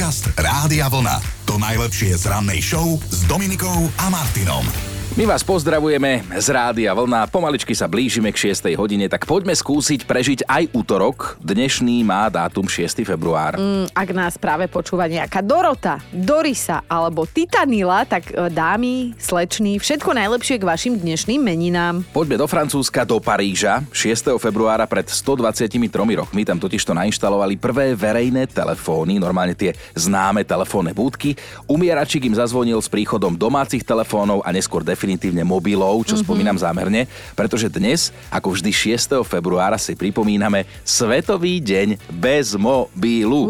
Podcast Rádia Vlna. To najlepšie z rannej show s Dominikou a Martinom. My vás pozdravujeme z Rádia Vlna. Pomaličky sa blížime k 6. hodine, tak poďme skúsiť prežiť aj útorok. Dnešný má dátum 6. február. Ak nás práve počúva nejaká Dorota, Dorisa alebo Titanila, tak dámy, sleční, všetko najlepšie k vašim dnešným meninám. Poďme do Francúzska, do Paríža. 6. februára pred 123 rokmi tam totižto nainštalovali prvé verejné telefóny, normálne tie známe telefónne búdky. Umieračik im zazvonil s príchodom domácich telefónov a neskôr definitívne mobilov, čo spomínam zámerne, pretože dnes, ako vždy 6. februára, si pripomíname Svetový deň bez mobilu.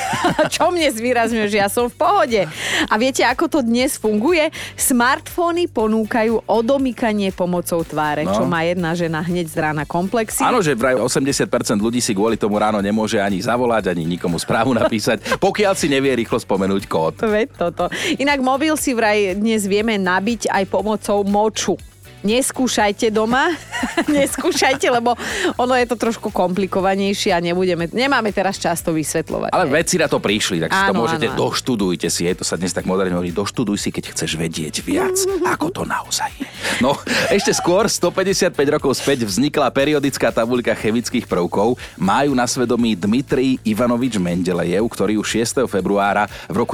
Čo mne zvýrazňuje, že ja som v pohode. A viete, ako to dnes funguje? Smartfóny ponúkajú odomykanie pomocou tváre, čo má jedna žena hneď z rána komplexy. Áno, že vraj 80% ľudí si kvôli tomu ráno nemôže ani zavolať, ani nikomu správu napísať, pokiaľ si nevie rýchlo spomenúť kód. Veď toto. Inak mobil si vraj dnes vieme nabiť aj pomocou moču. Neskúšajte doma, neskúšajte, lebo ono je to trošku komplikovanejšie a nemáme teraz čas to vysvetľovať. Ale veci na to prišli, tak si to môžete, áno. Doštudujte si, to sa dnes tak moderne hovorí, doštuduj si, keď chceš vedieť viac, ako to naozaj je. No, ešte skôr, 155 rokov späť vznikla periodická tabuľka chemických prvkov. Majú na svedomí Dmitrij Ivanovič Mendelejev, ktorý už 6. februára v roku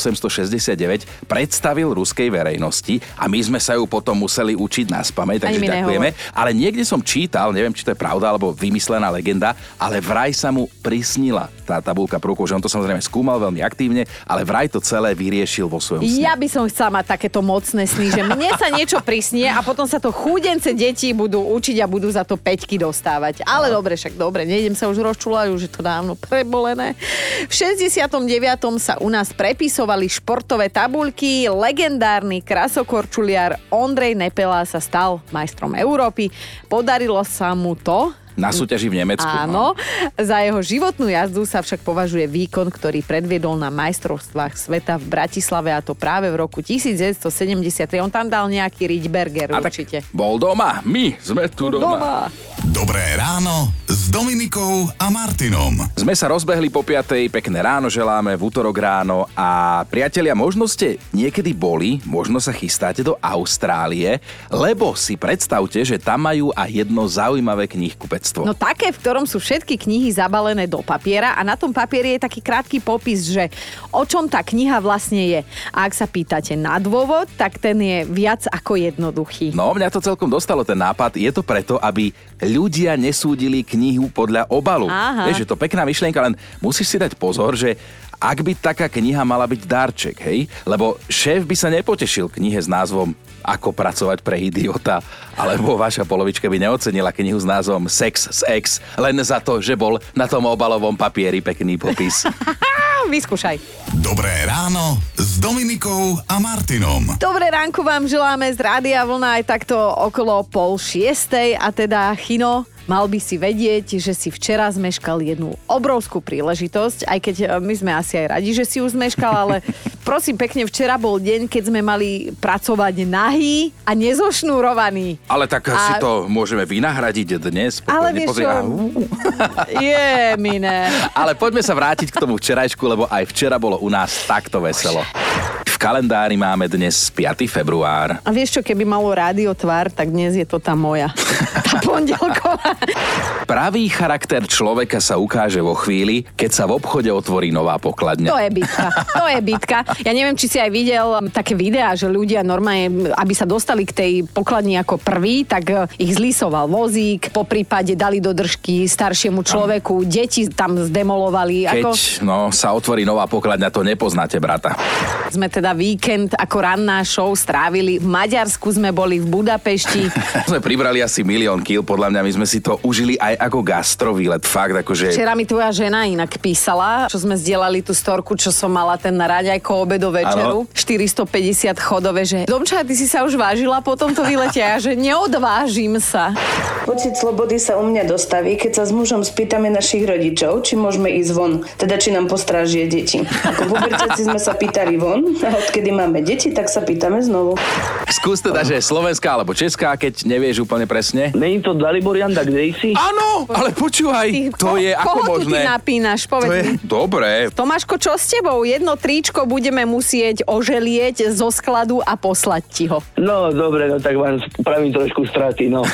1869 predstavil ruskej verejnosti a my sme sa ju potom museli učiť naspamäť, takže ďakujeme. Ale niekde som čítal, neviem, či to je pravda alebo vymyslená legenda, ale vraj sa mu prisnila tá tabuľka prvkov, že on to samozrejme skúmal veľmi aktívne, ale vraj to celé vyriešil vo svojom sne. Ja by som chcela mať takéto mocné sny, že mne sa niečo prisnie a potom sa to chúdence deti budú učiť a budú za to 5 dostávať. Ale dobre, nejdem sa už rozčúľať, už je to dávno prebolené. V 69. sa u nás prepisovali športové tabuľky, legendárny krasokorčuliar Ondrej Nepela sa stal majstrom Európy. Podarilo sa mu to na súťaži v Nemecku. Áno, za jeho životnú jazdu sa však považuje výkon, ktorý predviedol na majstrovstvách sveta v Bratislave, a to práve v roku 1973. On tam dal nejaký Richtberger určite. Bol doma, my sme tu doma. Dobré ráno s Dominikou a Martinom. Sme sa rozbehli po 5:00, pekné ráno želáme, v útorok ráno a priatelia, možno ste niekedy boli, možno sa chystáte do Austrálie, lebo si predstavte, že tam majú aj jedno zaujímavé knihkupectvo. No také, v ktorom sú všetky knihy zabalené do papiera a na tom papieri je taký krátky popis, že o čom tá kniha vlastne je. A ak sa pýtate na dôvod, tak ten je viac ako jednoduchý. No, mňa to celkom dostalo, ten nápad. Je to preto, aby ľudia nesúdili knihu podľa obalu. Vieš, je to pekná myšlienka, len musíš si dať pozor, že ak by taká kniha mala byť darček, hej? Lebo šéf by sa nepotešil knihe s názvom Ako pracovať pre idiota, alebo vaša polovička by neocenila knihu s názvom Sex s ex, len za to, že bol na tom obalovom papieri pekný popis. Vyskúšaj. Dobré ráno s Dominikou a Martinom. Dobré ránko vám želáme z Rádia Vlna aj takto okolo 5:30 a teda Chino, mal by si vedieť, že si včera zmeškal jednu obrovskú príležitosť, aj keď my sme asi aj radi, že si ju zmeškal, ale prosím pekne, včera bol deň, keď sme mali pracovať nahý a nezošnúrovaný. Ale tak si to môžeme vynahradiť dnes. Ale vieš čo? Je, mine. Ale poďme sa vrátiť k tomu včerajšku, lebo aj včera bolo u nás takto veselo. V kalendári máme dnes 5. február. A vieš čo, keby malo rádio tvár, tak dnes je to tá moja. Tá pondelková. Pravý charakter človeka sa ukáže vo chvíli, keď sa v obchode otvorí nová pokladňa. To je bitka. Ja neviem, či si aj videl také videá, že ľudia normálne, aby sa dostali k tej pokladni ako prvý, tak ich zlisoval vozík, poprípade dali do držky staršiemu človeku, deti tam zdemolovali. Keď sa otvorí nová pokladňa, to nepoznáte, brata. Sme teda víkend ako ranná show strávili. V Maďarsku sme boli, v Budapešti. Sme pribrali asi 1 000 000 kil, podľa mňa my sme si to užili aj ako gastrovýlet, fakt akože... Včera mi tvoja žena inak písala, čo sme zdieľali tú storku, čo som mala ten na raďajko obedo večeru. 450 chodové, že Domča, ty si sa už vážila po tomto výlete? A že neodvážim sa. Pocit slobody sa u mňa dostaví, keď sa s mužom spýtame našich rodičov, či môžeme ísť von, teda či nám postrážia deti. Ako puberťaci sme sa pýtali von, ale Odkedy máme deti, tak sa pýtame znovu. Skús teda, že slovenská alebo česká, keď nevieš úplne presne. Není to Dalibor Janda, kde si? Áno, ale počúvaj, to je ako koho možné. tu ty napínaš? Povedz mi. Dobre. Tomáško, čo s tebou? Jedno tričko budeme musieť oželieť zo skladu a poslať ti ho. No, dobre, no tak vám pravím trošku straty, no.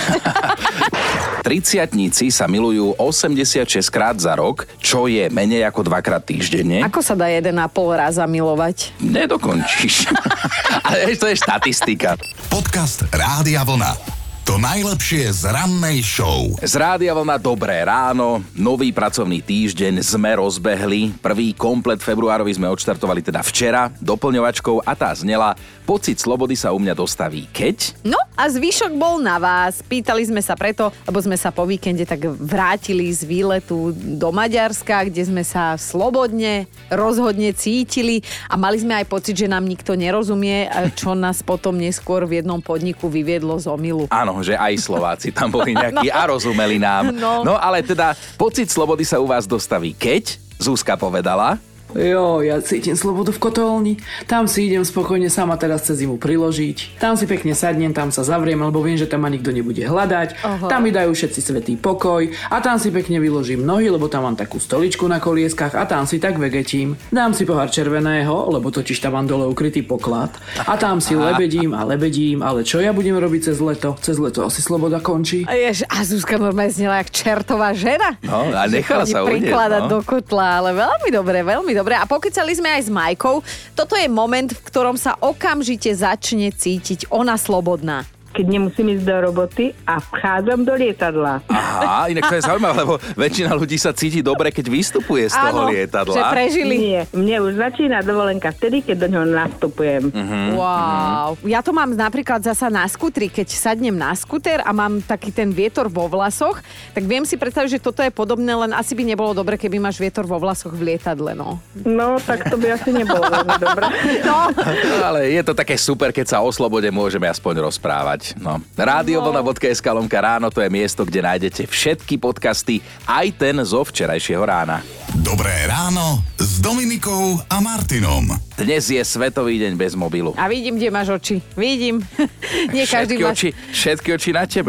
30-tníci sa milujú 86 krát za rok, čo je menej ako 2-krát týždenne. Ako sa dá 1,5 raza milovať? Nedokončíš. Ale to je štatistika. Podcast Rádia Vlna. To najlepšie z rannej show. Z Rádia Vlna dobré ráno, nový pracovný týždeň sme rozbehli. Prvý komplet februárový sme odštartovali teda včera doplňovačkou a tá znela: pocit slobody sa u mňa dostaví keď? No a zvyšok bol na vás. Pýtali sme sa preto, lebo sme sa po víkende tak vrátili z výletu do Maďarska, kde sme sa slobodne, rozhodne cítili a mali sme aj pocit, že nám nikto nerozumie, čo nás potom neskôr v jednom podniku vyviedlo z omylu. Áno, že aj Slováci tam boli nejakí a rozumeli nám. No ale teda pocit slobody sa u vás dostaví keď? Zuzka povedala. Jo, ja cítim slobodu v kotolni. Tam si idem spokojne sama teraz cez zimu priložiť. Tam si pekne sadnem, tam sa zavriem, lebo viem, že tam ma nikto nebude hľadať. Aha. Tam mi dajú všetci svätý pokoj a tam si pekne vyložím nohy, lebo tam mám takú stoličku na kolieskách a tam si tak vegetím. Dám si pohár červeného, lebo totiž tam mám dole ukrytý poklad. A tam si lebedím, ale čo ja budem robiť cez leto? Cez leto asi sloboda končí. A Zuzka normálne znela jak čertová žena. No, a nechala sa udieť, prikladať do kotla, ale veľmi dobre, veľmi dobre. A pokecali sme aj s Majkou. Toto je moment, v ktorom sa okamžite začne cítiť ona slobodná. Keď nemusím ísť do roboty a vchádzam do lietadla. Aha, inak to je zaujímavé, lebo väčšina ľudí sa cíti dobre, keď vystupuje z toho lietadla. Že prežili. Nie, mne už začína dovolenka vtedy, keď do ňoho nastupujem. Wow. Ja to mám napríklad zasa na skutri, keď sadnem na skuter a mám taký ten vietor vo vlasoch, tak viem si predstaviť, že toto je podobné, len asi by nebolo dobre, keby máš vietor vo vlasoch v lietadle, no. No, tak to by asi nebolo veľmi dobré. No. Ale je to také super, keď sa o slobode môžeme aspoň rozprávať. No. Radiovlna.sk/ráno, to je miesto, kde nájdete všetky podcasty, aj ten zo včerajšieho rána. Dobré ráno s Dominikou a Martinom. Dnes je Svetový deň bez mobilu. A vidím, kde máš oči. Vidím. Nie každý Všetky oči na tebe.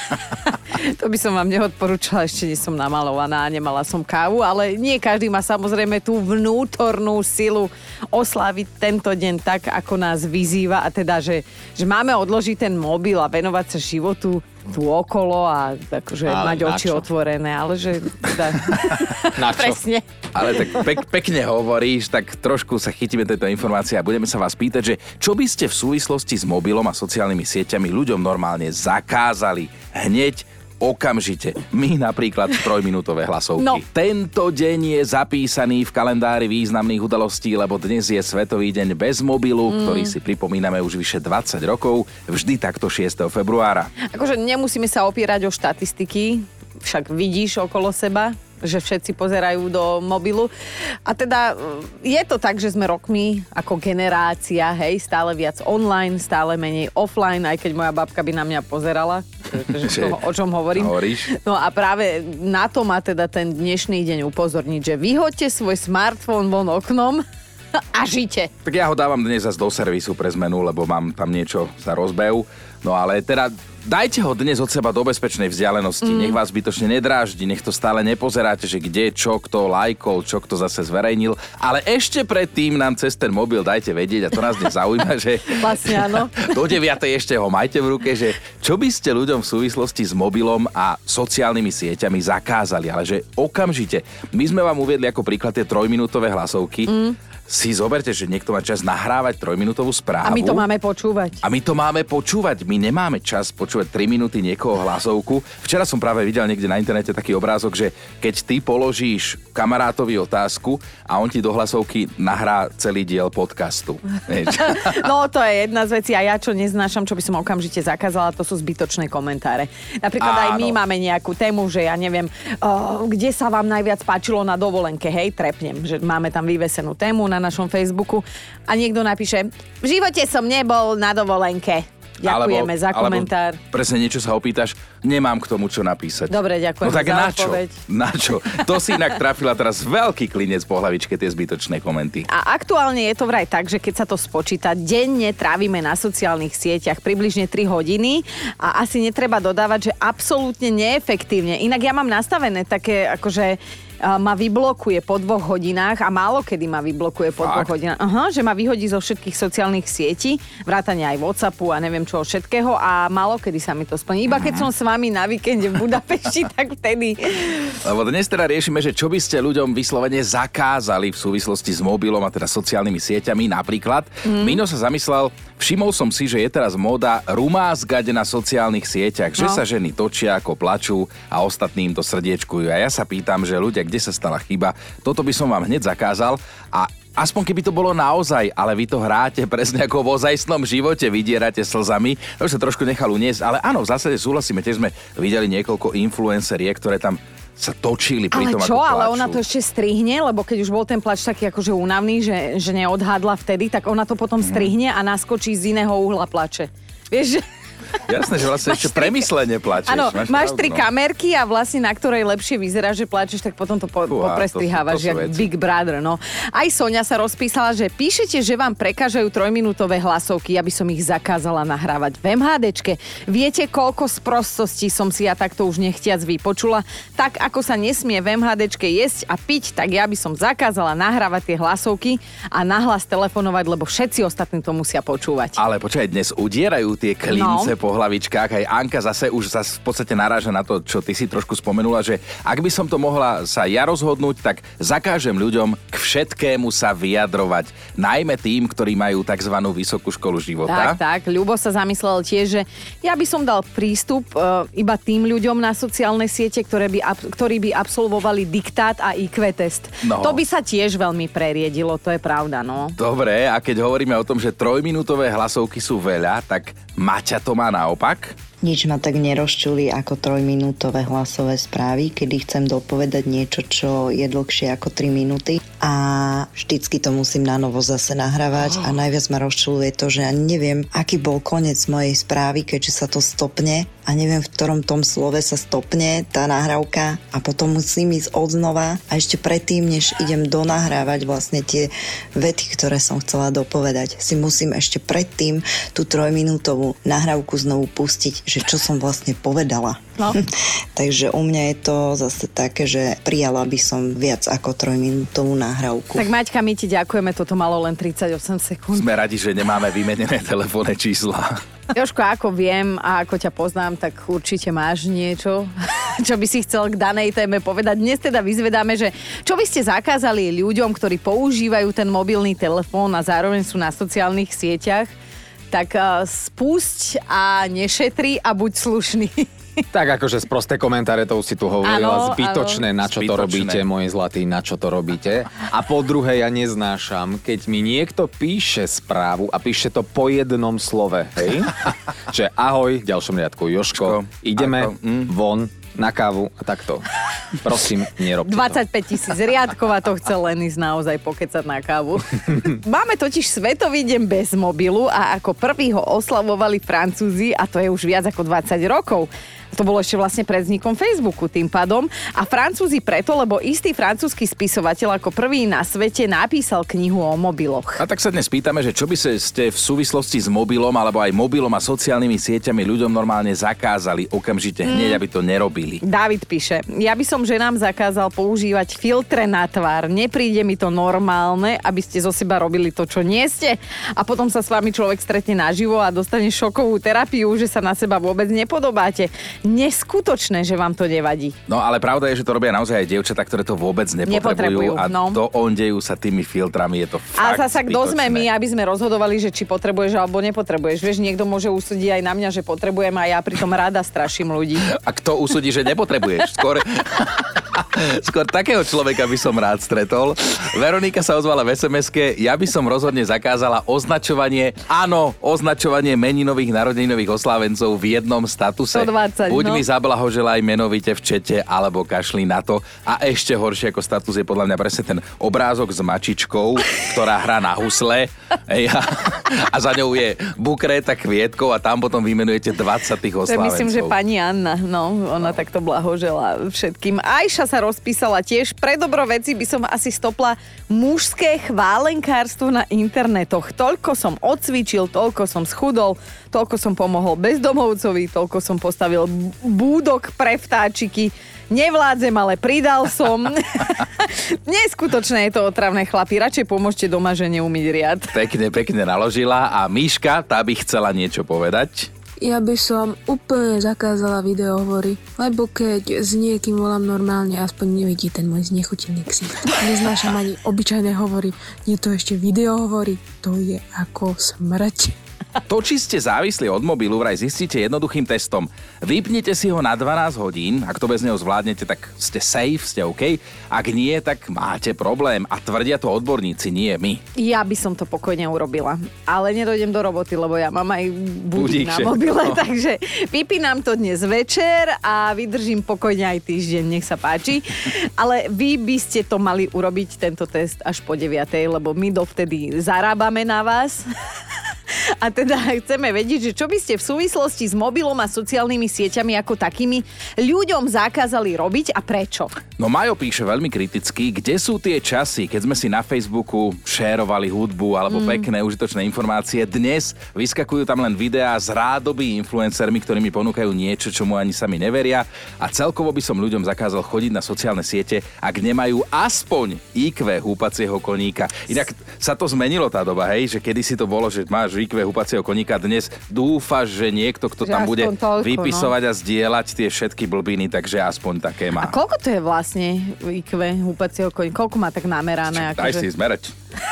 To by som vám neodporúčala, ešte nie som namalovaná, nemala som kávu, ale nie každý má samozrejme tú vnútornú silu osláviť tento deň tak, ako nás vyzýva, a teda, že máme odložiť ten mobil a venovať sa životu tu okolo a akože mať oči otvorené, ale že teda... Na čo? Presne. Ale tak pekne hovoríš, tak trošku sa chytíme tejto informácie a budeme sa vás pýtať, že čo by ste v súvislosti s mobilom a sociálnymi sieťami ľuďom normálne zakázali hneď, okamžite. My napríklad 3-minútové hlasovky. No. Tento deň je zapísaný v kalendári významných udalostí, lebo dnes je Svetový deň bez mobilu, ktorý si pripomíname už vyše 20 rokov, vždy takto 6. februára. Akože nemusíme sa opierať o štatistiky, však vidíš okolo seba, že všetci pozerajú do mobilu. A teda je to tak, že sme rokmi ako generácia, hej, stále viac online, stále menej offline, aj keď moja babka by na mňa pozerala, o čom hovorím. Hovoríš? No a práve na to má teda ten dnešný deň upozorniť, že vyhoďte svoj smartfón von oknom a žite. Tak ja ho dávam dnes zase do servisu pre zmenu, lebo mám tam niečo za rozbehu. No ale teda dajte ho dnes od seba do bezpečnej vzdialenosti. Nech vás zbytočne nedráždi, nech to stále nepozeráte, že kde, čo, kto lajkol, čo kto zase zverejnil. Ale ešte predtým nám cez ten mobil dajte vedieť, a to nás dnes zaujíma, že vlastne áno. Do 9. ešte ho majte v ruke, že čo by ste ľuďom v súvislosti s mobilom a sociálnymi sieťami zakázali, ale že okamžite. My sme vám uviedli ako príklad tie 3-minútové hlasovky. Si zoberte, že niekto má čas nahrávať 3-minútovú správu. A my to máme počúvať. My nemáme čas počúvať 3 minúty niekoho hlasovku. Včera som práve videl niekde na internete taký obrázok, že keď ty položíš kamarátovi otázku a on ti do hlasovky nahrá celý diel podcastu. No to je jedna z vecí a ja čo neznášam, čo by som okamžite zakázala, to sú zbytočné komentáre. Napríklad aj my máme nejakú tému, že ja neviem, kde sa vám najviac páčilo na dovolenke, hej, trepnem, že máme tam vyvesenú tému na našom Facebooku a niekto napíše: v živote som nebol na dovolenke. Ďakujeme za komentár. Alebo presne niečo sa opýtaš, nemám k tomu čo napísať. Dobre, ďakujem no tak za odpoveď. Na čo? To si inak trafila teraz veľký klinec po hlavičke, tie zbytočné komenty. A aktuálne je to vraj tak, že keď sa to spočíta, denne trávime na sociálnych sieťach približne 3 hodiny a asi netreba dodávať, že absolútne neefektívne. Inak ja mám nastavené také, akože ma vyblokuje po 2 hodinách a málo kedy ma vyblokuje po 2 hodinách. Aha, že ma vyhodí zo všetkých sociálnych sietí, vrátane aj WhatsAppu a neviem čoho všetkého a málo kedy sa mi to splní. Iba keď som s vami na víkende v Budapešti, tak vtedy. Lebo dnes teda riešime, že čo by ste ľuďom vyslovene zakázali v súvislosti s mobilom a teda sociálnymi sieťami. Napríklad, Mino sa zamyslel, všimol som si, že je teraz móda rumázgať na sociálnych sieťach, že sa ženy točia, ako plačú a ostatným to srdiečkujú. A ja sa pýtam, že ľudia, kde sa stala chyba, toto by som vám hneď zakázal a aspoň keby to bolo naozaj, ale vy to hráte presne ako v ozajstnom živote, vydierate slzami. To už sa trošku nechal uniesť, ale áno, v zásade súhlasíme, tiež sme videli niekoľko influenceriek, ktoré tam sa točili pri tom, ako plačú. Ale ona to ešte strihne, lebo keď už bol ten plač taký akože únavný, že neodhadla vtedy, tak ona to potom strihne a naskočí z iného uhla plače. Vieš, že... Jasné, že vlastne ešte premyslene plačeš. Áno, máš 3 kamerky a vlastne na ktorej lepšie vyzerá, že plačeš, tak potom to poprestrihávaš, jak Big Brother. No. Aj Soňa sa rozpísala, že píšete, že vám prekážajú 3-minútové hlasovky, aby som ich zakázala nahrávať v MHDčke. Viete, koľko sprostostí som si ja takto už nechtiac vypočula? Tak ako sa nesmie v MHDčke jesť a piť, tak ja by som zakázala nahrávať tie hlasovky a nahlas telefonovať, lebo všetci ostatní to musia počúvať. Ale počkaj, dnes udierajú tie klince po hlavičkách. Aj Anka zase v podstate naráža na to, čo ty si trošku spomenula, že ak by som to mohla sa ja rozhodnúť, tak zakážem ľuďom k všetkému sa vyjadrovať. Najmä tým, ktorí majú tzv. Vysokú školu života. Tak. Ľubo sa zamyslel tiež, že ja by som dal prístup iba tým ľuďom na sociálne siete, ktorí by absolvovali diktát a IQ test. No. To by sa tiež veľmi preriedilo, to je pravda, no. Dobre, a keď hovoríme o tom, že 3-minútové hlasovky sú veľa, tak Maťa to má naopak? Nič ma tak nerozčulí ako 3-minútové hlasové správy, kedy chcem dopovedať niečo, čo je dlhšie ako 3 minúty a vždycky to musím na novo zase nahrávať a najviac ma rozčuluje to, že ani neviem, aký bol koniec mojej správy, keďže sa to stopne a neviem, v ktorom tom slove sa stopne tá nahrávka a potom musím ísť odznova a ešte predtým, než idem donahrávať vlastne tie vety, ktoré som chcela dopovedať, si musím ešte predtým tú 3-minútovú nahrávku znovu pustiť, že čo som vlastne povedala. No. Takže u mňa je to zase také, že prijala by som viac ako 3-minútovú nahrávku. Tak Maťka, my ti ďakujeme, toto malo len 38 sekúnd. Sme radi, že nemáme vymenené telefónne čísla. Jožko, ako viem a ako ťa poznám, tak určite máš niečo, čo by si chcel k danej téme povedať. Dnes teda vyzvedáme, že čo by ste zakázali ľuďom, ktorí používajú ten mobilný telefón a zároveň sú na sociálnych sieťach, tak spúšť a nešetri a buď slušný. Tak akože sprosté komentáre, to už si tu hovorila, zbytočné, na čo to robíte, moji zlatí, na čo to robíte. A po druhé, ja neznášam, keď mi niekto píše správu a píše to po jednom slove, hej? Že ahoj, v ďalšom riadku, Jožko, ideme von na kávu a takto. Prosím, nerobte 25 000 riadkov a to chce len ísť naozaj pokecať na kávu. Máme totiž Svetový deň bez mobilu a ako prvý ho oslavovali Francúzi a to je už viac ako 20 rokov. To bolo ešte vlastne pred vznikom Facebooku tým pádom. A Francúzi preto, lebo istý francúzsky spisovateľ ako prvý na svete napísal knihu o mobiloch. A tak sa dnes pýtame, že čo by ste v súvislosti s mobilom alebo aj mobilom a sociálnymi sieťami ľuďom normálne zakázali okamžite hneď, aby to nerobili. Dávid píše, ja by som ženám zakázal používať filtre na tvár. Nepríde mi to normálne, aby ste zo seba robili to, čo nie ste. A potom sa s vami človek stretne naživo a dostane šokovú terapiu, že sa na seba vôbec nepodobáte. Neskutočné, že vám to nevadí. No ale pravda je, že to robia naozaj aj dievčatá, ktoré to vôbec nepotrebujú a to ondejú sa tými filtrami, je to fakt a zasa kto sme my, aby sme rozhodovali, že či potrebuješ alebo nepotrebuješ. Vieš, niekto môže usúdiť aj na mňa, že potrebujem a ja pritom rada straším ľudí. A kto usúdi, že nepotrebuješ? Skôr takého človeka by som rád stretol. Veronika sa ozvala v SMS-ke, ja by som rozhodne zakázala označovanie meninových narodeninových oslávencov v jednom statuse. 120, Buď mi zablahoželaj menovite v čete, alebo kašli na to. A ešte horšie ako status je podľa mňa presne ten obrázok s mačičkou, ktorá hrá na husle. A za ňou je bukreta kvietkov a tam potom vymenujete 20 tých oslávencov. Myslím, že pani Anna, ona takto blahožela všetkým. Ajša sa rozpísala tiež. Pre dobro veci by som asi stopla mužské chválenkárstvo na internetoch. Toľko som odcvičil, toľko som schudol, toľko som pomohol bezdomovcovi, toľko som postavil búdok pre vtáčiky. Nevládzem, ale pridal som. Neskutočné je to otravné, chlapi. Radšej pomôžte doma žene umyť riad. Pekne naložila. A Miška, tá by chcela niečo povedať. Ja by som úplne zakázala videohovory, lebo keď s niekým volám normálne, aspoň nevidí ten môj znechutený ksicht. Neznášam ani obyčajné hovory. Je to ešte videohovory, to je ako smrť. To, či ste závislí od mobilu, vraj zistíte jednoduchým testom. Vypnite si ho na 12 hodín, ak to bez neho zvládnete, tak ste safe, ste OK. Ak nie, tak máte problém. A tvrdia to odborníci, nie my. Ja by som to pokojne urobila. Ale nedojdem do roboty, lebo ja mám aj budík na mobile, takže vypínam to dnes večer a vydržím pokojne aj týždeň, nech sa páči. Ale vy by ste to mali urobiť, tento test, až po 9:00, lebo my dovtedy zarábame na vás. A teda chceme vedieť, že čo by ste v súvislosti s mobilom a sociálnymi sieťami ako takými ľuďom zakázali robiť a prečo? No Majo píše veľmi kriticky, kde sú tie časy, keď sme si na Facebooku šérovali hudbu alebo pekné užitočné informácie. Dnes vyskakujú tam len videá s rádoby influencermi, ktorí mi ponúkajú niečo, čomu ani sami neveria. A celkovo by som ľuďom zakázal chodiť na sociálne siete, ak nemajú aspoň IQ húpacieho koníka. Inak sa to zmenilo tá doba, hej, že kedysi to bolo, že máš IQ húpacieho koníka, dnes dúfaš, že niekto, kto tam bude vypisovať a zdieľať tie všetky blbiny, takže aspoň také má. A koľko to je vlastne IQ húpacieho koníka? Koľko má tak namerané? Daj si zmerať.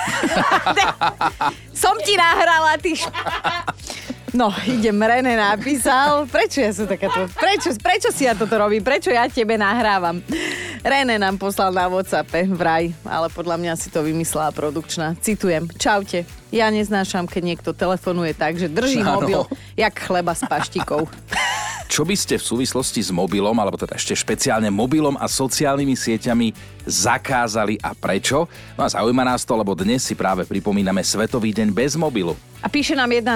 Som ti nahrala, ty No, idem, René napísal. Prečo ja som takáto? Prečo si ja toto robím? Prečo ja tebe nahrávam? René nám poslal na WhatsAppe vraj, ale podľa mňa si to vymyslela produkčná. Citujem. Čaute. Ja neznášam, keď niekto telefonuje tak, že drží mobil jak chleba s paštikou. Čo by ste v súvislosti s mobilom, alebo teda ešte špeciálne mobilom a sociálnymi sieťami zakázali a prečo? No a zaujíma nás to, lebo dnes si práve pripomíname Svetový deň bez mobilu. A píše nám jedna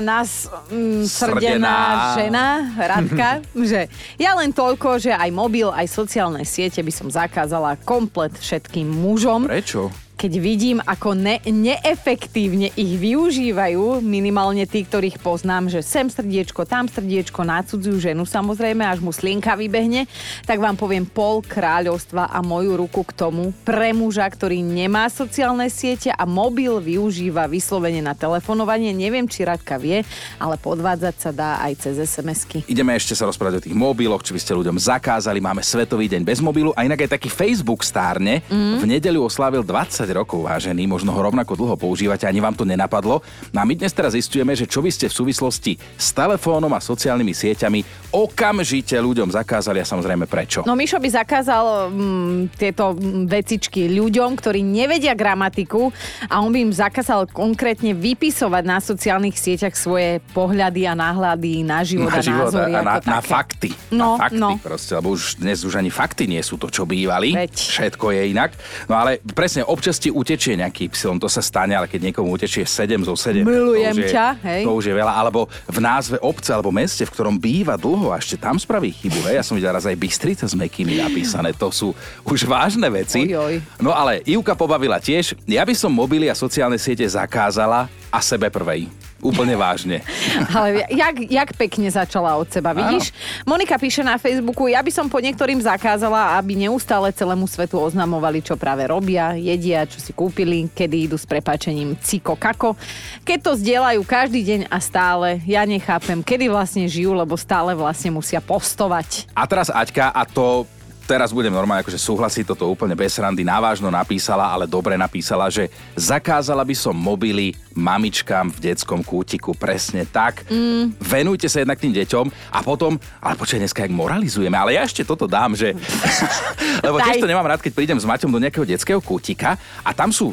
srdená žena, Radka, že ja len toľko, že aj mobil, aj sociálne siete by som zakázala komplet všetkým mužom. Prečo? Keď vidím, ako neefektívne ich využívajú, minimálne tí, ktorých poznám, že sem srdiečko, tam srdiečko, na cudziu ženu samozrejme, až mu slienka vybehne, tak vám poviem pol kráľovstva a moju ruku k tomu pre muža, ktorý nemá sociálne siete a mobil využíva vyslovene na telefonovanie. Neviem, či Radka vie, ale podvádzať sa dá aj cez SMS-ky. Ideme ešte sa rozprávať o tých mobiloch, či by ste ľuďom zakázali. Máme Svetový deň bez mobilu a inak aj taký Facebook stárne. V nedeľu oslávil 20 rokov, vážený, možno ho rovnako dlho používate, ani vám to nenapadlo. No a my dnes teraz zistujeme, že čo by ste v súvislosti s telefónom a sociálnymi sieťami okamžite ľuďom zakázali a samozrejme prečo. No Mišo by zakázal tieto vecičky ľuďom, ktorí nevedia gramatiku a on by im zakázal konkrétne vypisovať na sociálnych sieťach svoje pohľady a náhľady na život a názory. Na fakty. Na fakty proste, lebo už dnes už ani fakty nie sú to, čo bývali. Všetko je inak. No ale presne občas ti utečie nejaký Y, to sa stane, ale keď niekomu utečie 7 zo 7, milujem ťa, hej. To už je veľa. Alebo v názve obce alebo meste, v ktorom býva dlho a ešte tam spraví chybu. Hej. Ja som videl raz aj Bystrica s mäkkými napísané. To sú už vážne veci. No ale Ivka pobavila tiež. Ja by som mobily a sociálne siete zakázala a sebe prvej. Úplne vážne. Ale jak pekne začala od seba, vidíš? Áno. Monika píše na Facebooku, ja by som po niektorým zakázala, aby neustále celému svetu oznamovali, čo práve robia, jedia, čo si kúpili, kedy idú s prepáčením ciko kako. Keď to zdieľajú každý deň a stále, ja nechápem, kedy vlastne žijú, lebo stále vlastne musia postovať. A teraz Aťka, a to... Teraz budem normálne akože súhlasiť, toto úplne bez randy, návážno napísala, ale dobre napísala, že zakázala by som mobily mamičkám v detskom kútiku, presne tak. Venujte sa jednak tým deťom a potom, ale počkaj, dneska jak moralizujeme, ale ja ešte toto dám, že... Lebo tiež to nemám rád, keď prídem s Maťom do nejakého detského kútika a tam sú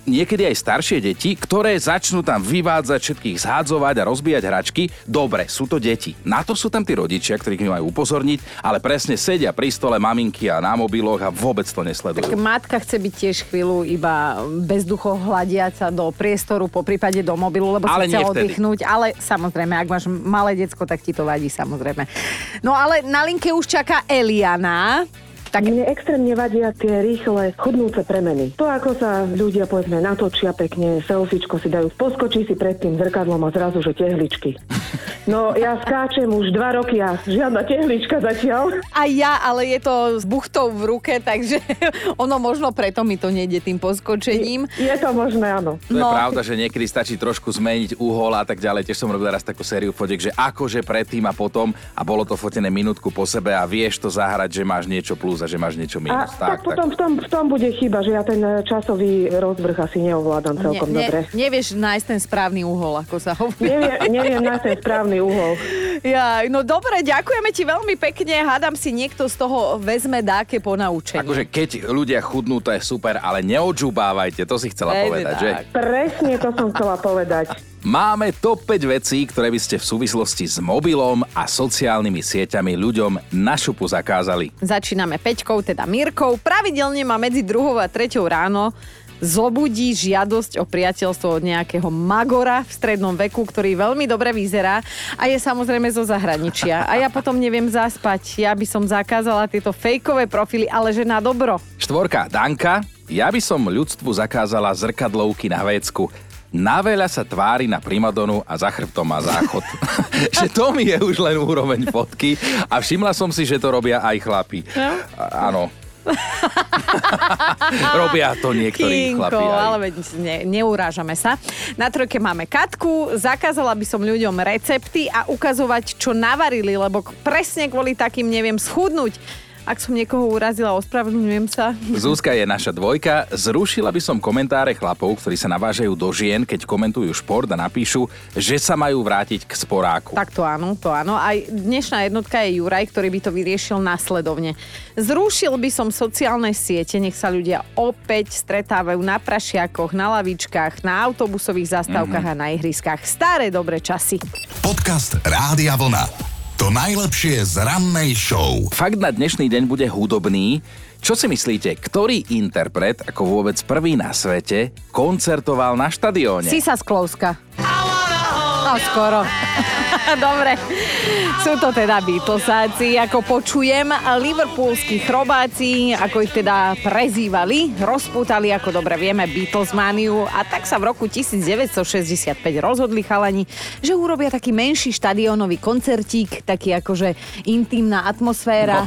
niekedy aj staršie deti, ktoré začnú tam vyvádzať, všetkých zhádzovať a rozbíjať hračky. Dobre, sú to deti. Na to sú tam tí rodičia, ktorých majú upozorniť, ale presne sedia pri stole maminky a na mobiloch a vôbec to nesledujú. Tak matka chce byť tiež chvíľu iba bezducho hľadiaca do priestoru, po prípade do mobilu, lebo si chce oddychnúť. Ale samozrejme, ak máš malé decko, tak ti to vadí, samozrejme. No ale na linke už čaká Eliana. Tak mne extrémne vadia tie rýchle chudnúce premeny. To, ako sa ľudia, povedzme, natočia pekne, selfiečko si dajú, poskočí si pred tým zrkadlom a zrazu, že tehličky. No, ja skáčem už 2 roky a žiadna tehlička zatiaľ. A ja, ale je to s buchtou v ruke, takže ono možno preto mi to nejde tým poskočením. Je to možné, áno. To je pravda, že niekedy stačí trošku zmeniť uhol a tak ďalej. Tiež som robil raz takú sériu fotiek, že akože predtým a potom a bolo to fotené minútku po sebe a vieš to zahrať, že máš niečo plus a že máš niečo minus. Tak potom v tom bude chyba, že ja ten časový rozvrh asi neovládam celkom dobre. Nevieš nájsť ten správny uhol, ako sa hovorí. Neviem nájsť ten správny uhol. Ja, no dobre, ďakujeme ti veľmi pekne. Hádam si niekto z toho vezme dáke ponaučenie. Akože keď ľudia chudnú, to je super, ale neodžubávajte, to si chcela povedať, že? Presne to som chcela povedať. Máme top 5 vecí, ktoré by ste v súvislosti s mobilom a sociálnymi sieťami ľuďom na šupu zakázali. Začíname 5, teda Mirkou. Pravidelne má medzi 2 a 3 ráno zobudí žiadosť o priateľstvo od nejakého magora v strednom veku, ktorý veľmi dobre vyzerá a je samozrejme zo zahraničia. A ja potom neviem zaspať. Ja by som zakázala tieto fejkové profily, ale že na dobro. 4, Danka. Ja by som ľudstvu zakázala zrkadlovky na vécku. Naveľa sa tvári na primadonu a za chrbtom má záchod. Že to mi je už len úroveň fotky a všimla som si, že to robia aj chlapi. No? Áno. Robia to niektorí chlapi aj. Ale neurážame sa. Na 3 máme Katku. Zakázala by som ľuďom recepty a ukazovať, čo navarili, lebo presne kvôli takým neviem schudnúť. Ak som niekoho urazila, ospravedlňujem sa. Zuzka je naša 2. Zrušila by som komentáre chlapov, ktorí sa navážajú do žien, keď komentujú šport a napíšu, že sa majú vrátiť k sporáku. Tak to áno, to áno. Aj dnešná jednotka je Juraj, ktorý by to vyriešil následovne. Zrušil by som sociálne siete, nech sa ľudia opäť stretávajú na prašiakoch, na lavičkách, na autobusových zastávkach a na ihriskách. Staré dobré časy. Podcast Rádia Vlna. To najlepšie z rannej show. Fakt na dnešný deň bude hudobný. Čo si myslíte, ktorý interpret, ako vôbec prvý na svete, koncertoval na štadióne? Sisa Sklovska. No, skoro. Dobre. Sú to teda Beatlesáci, ako počujem. Liverpoolskí chrobáci, ako ich teda prezývali, rozpútali, ako dobre vieme, Beatlesmaniu a tak sa v roku 1965 rozhodli chalani, že urobia taký menší štadiónový koncertík, taký akože intimná atmosféra.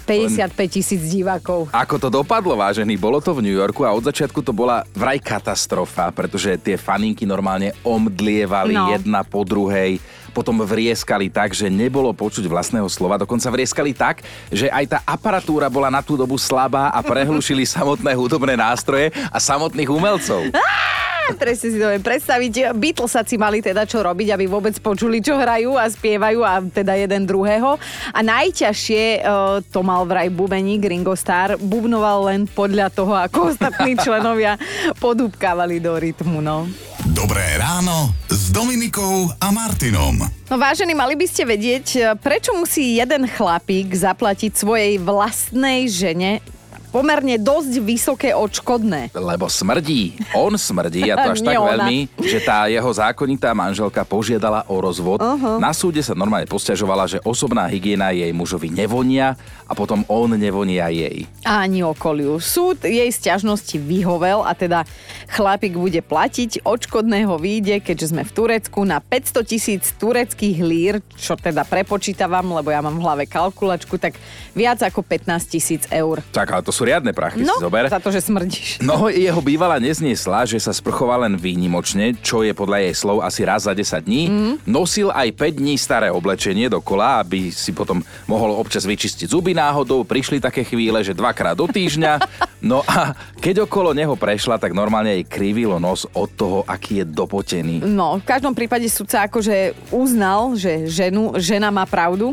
55 000 divákov. Ako to dopadlo, vážený? Bolo to v New Yorku a od začiatku to bola vraj katastrofa, pretože tie faninky normálne omdlievali jedna po druhej, potom vrieskali tak, že nebolo počuť vlastného slova, dokonca vrieskali tak, že aj tá aparatúra bola na tú dobu slabá a prehlušili samotné hudobné nástroje a samotných umelcov. Presne si to viem predstaviť. Beatlesáci mali teda čo robiť, aby vôbec počuli, čo hrajú a spievajú a teda jeden druhého. A najťažšie to mal vraj bubeník Ringo Starr. Bubnoval len podľa toho, ako ostatní členovia podúbkávali do rytmu, no. Dobré ráno s Dominikou a Martinom. No vážení, mali by ste vedieť, prečo musí jeden chlapík zaplatiť svojej vlastnej žene pomerne dosť vysoké odškodné. Lebo smrdí. On smrdí a to až tak veľmi, že tá jeho zákonitá manželka požiadala o rozvod. Na súde sa normálne posťažovala, že osobná hygiena jej mužovi nevonia a potom on nevonia jej. A ani okoliu. Súd jej sťažnosti vyhovel a teda chlapík bude platiť. Odškodného výjde, keďže sme v Turecku, na 500 000 tureckých lír, čo teda prepočítavam, lebo ja mám v hlave kalkulačku, tak viac ako 15 000 eur. Tak, ale to sú riadne prachy, si zober. Za to, že smrdíš. No, jeho bývala nezniesla, že sa sprchoval len výnimočne, čo je podľa jej slov asi raz za 10 dní. Nosil aj 5 dní staré oblečenie dokola, aby si potom mohol občas vyčistiť zuby náhodou. Prišli také chvíle, že 2-krát do týždňa. No a keď okolo neho prešla, tak normálne jej krivilo nos od toho, aký je dopotený. No, v každom prípade sudca akože uznal, že žena má pravdu.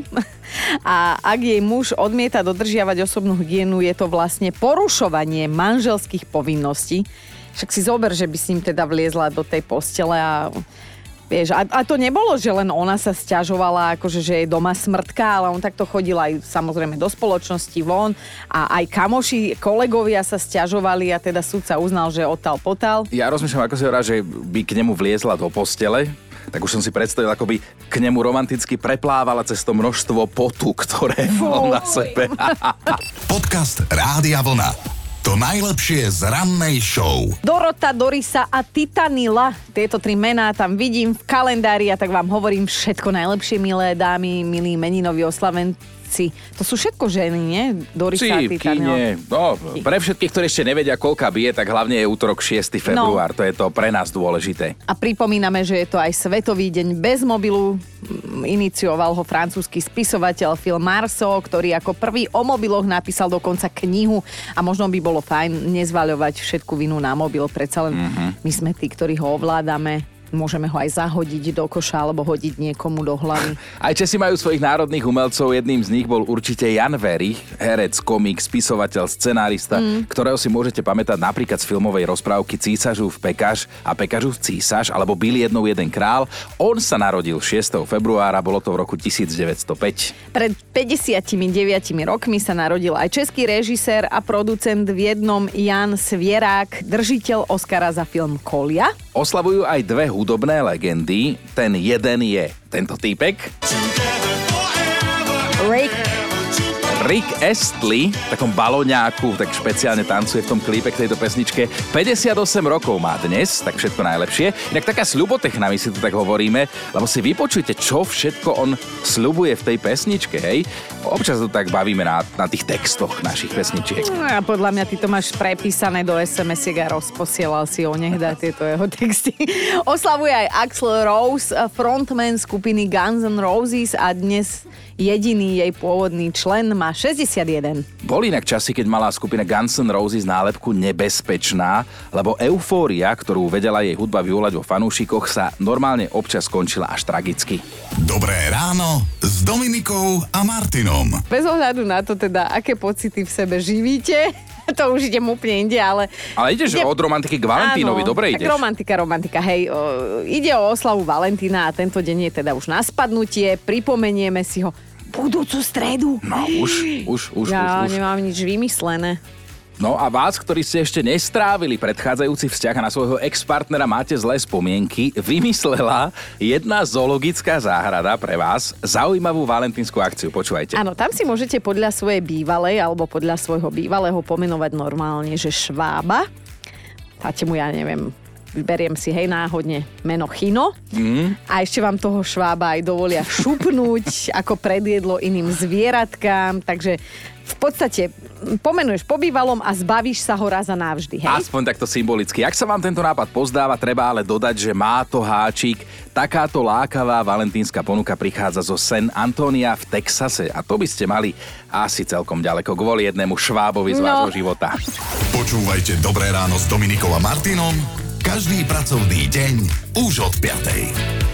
A ak jej muž odmieta dodržiavať osobnú hygienu, je to vlastne porušovanie manželských povinností. Však si zober, že by s ním teda vliezla do tej postele a... Vieš, a to nebolo, že len ona sa sťažovala, akože, že je doma smrtka, ale on takto chodil aj samozrejme do spoločnosti von a aj kamoši, kolegovia sa sťažovali a teda súdca uznal, že odtal potal. Ja rozmýšľam, ako si hovorá, že by k nemu vliezla do postele, tak už som si predstavil, ako by k nemu romanticky preplávala cez to množstvo potu, ktoré mal na sebe. Podcast Rádia Vlna. To najlepšie z rannej show. Dorota, Dorisa a Titanila. Tieto 3 mená tam vidím v kalendári a tak vám hovorím všetko najlepšie, milé dámy, milí meninoví oslavenci. To sú všetko ženy, nie? Dorisa a Titanila. No, pre všetkých, ktorí ešte nevedia, koľka bije, tak hlavne je útorok 6. február. To je to pre nás dôležité. A pripomíname, že je to aj Svetový deň bez mobilu. Inicioval ho francúzsky spisovateľ Phil Marceau, ktorý ako prvý o mobiloch napísal dokonca knihu a možno by bolo fajn nezvaľovať všetku vinu na mobil. Predsa len my sme tí, ktorí ho ovládame. Môžeme ho aj zahodiť do koša alebo hodiť niekomu do hlavy. Aj Česi majú svojich národných umelcov, jedným z nich bol určite Jan Werich, herec, komik, spisovateľ, scenárista, ktorého si môžete pamätať napríklad z filmovej rozprávky Císažov Pekaž a Pekažov Císaž, alebo Byl jednou jeden král. On sa narodil 6. februára, bolo to v roku 1905. Pred 59 rokmi sa narodil aj český režisér a producent v jednom Jan Svierák, držiteľ Oscara za film Kolia. Oslavujú aj dve hudobné legendy. Ten jeden je tento týpek. Rick Astley, v takom baloňáku, tak špeciálne tancuje v tom klípe k tejto pesničke. 58 rokov má dnes, tak všetko najlepšie. Inak taká sľubotechna, my si tu tak hovoríme, lebo si vypočujte, čo všetko on sľubuje v tej pesničke, hej. Občas to tak bavíme na tých textoch našich pesničiek. A podľa mňa ty to máš prepísané do SMS-iek a rozposielal si onehda tieto jeho texty. Oslavuje aj Axl Rose, frontman skupiny Guns N' Roses a dnes jediný jej pôvodný člen má 61. Boli inak časy, keď mala skupina Guns N' Roses nálepku nebezpečná, lebo eufória, ktorú vedela jej hudba vyvolať vo fanúšikoch, sa normálne občas skončila až tragicky. Dobré ráno s Dominikou a Martinom. Bez ohľadu na to teda, aké pocity v sebe živíte, to už idem úplne inde, ale... Ale ideš od romantiky k Valentínovi, dobre ideš. Tak romantika, hej. Ide o oslavu Valentína a tento deň je teda už na spadnutie, pripomenieme si ho budúcu stredu. No, už. Ja nemám nič vymyslené. No a vás, ktorí ste ešte nestrávili predchádzajúci vzťah a na svojho ex-partnera máte zlé spomienky, vymyslela jedna zoologická záhrada pre vás zaujímavú valentínsku akciu. Počúvajte. Áno, tam si môžete podľa svojej bývalej alebo podľa svojho bývalého pomenovať normálne, že švába. Dáte mu, ja neviem, beriem si, hej, náhodne meno Chino. A ešte vám toho švába aj dovolia šupnúť ako predjedlo iným zvieratkám. Takže v podstate pomenuješ po bývalom a zbavíš sa ho raz a navždy, hej? Aspoň takto symbolicky. Ak sa vám tento nápad pozdáva, treba ale dodať, že má to háčik. Takáto lákavá valentínska ponuka prichádza zo San Antonia v Texase a to by ste mali asi celkom ďaleko kvôli jednému švábovi z vášho života. Počúvajte Dobré ráno s Dominikou a Martinom každý pracovný deň už od 5.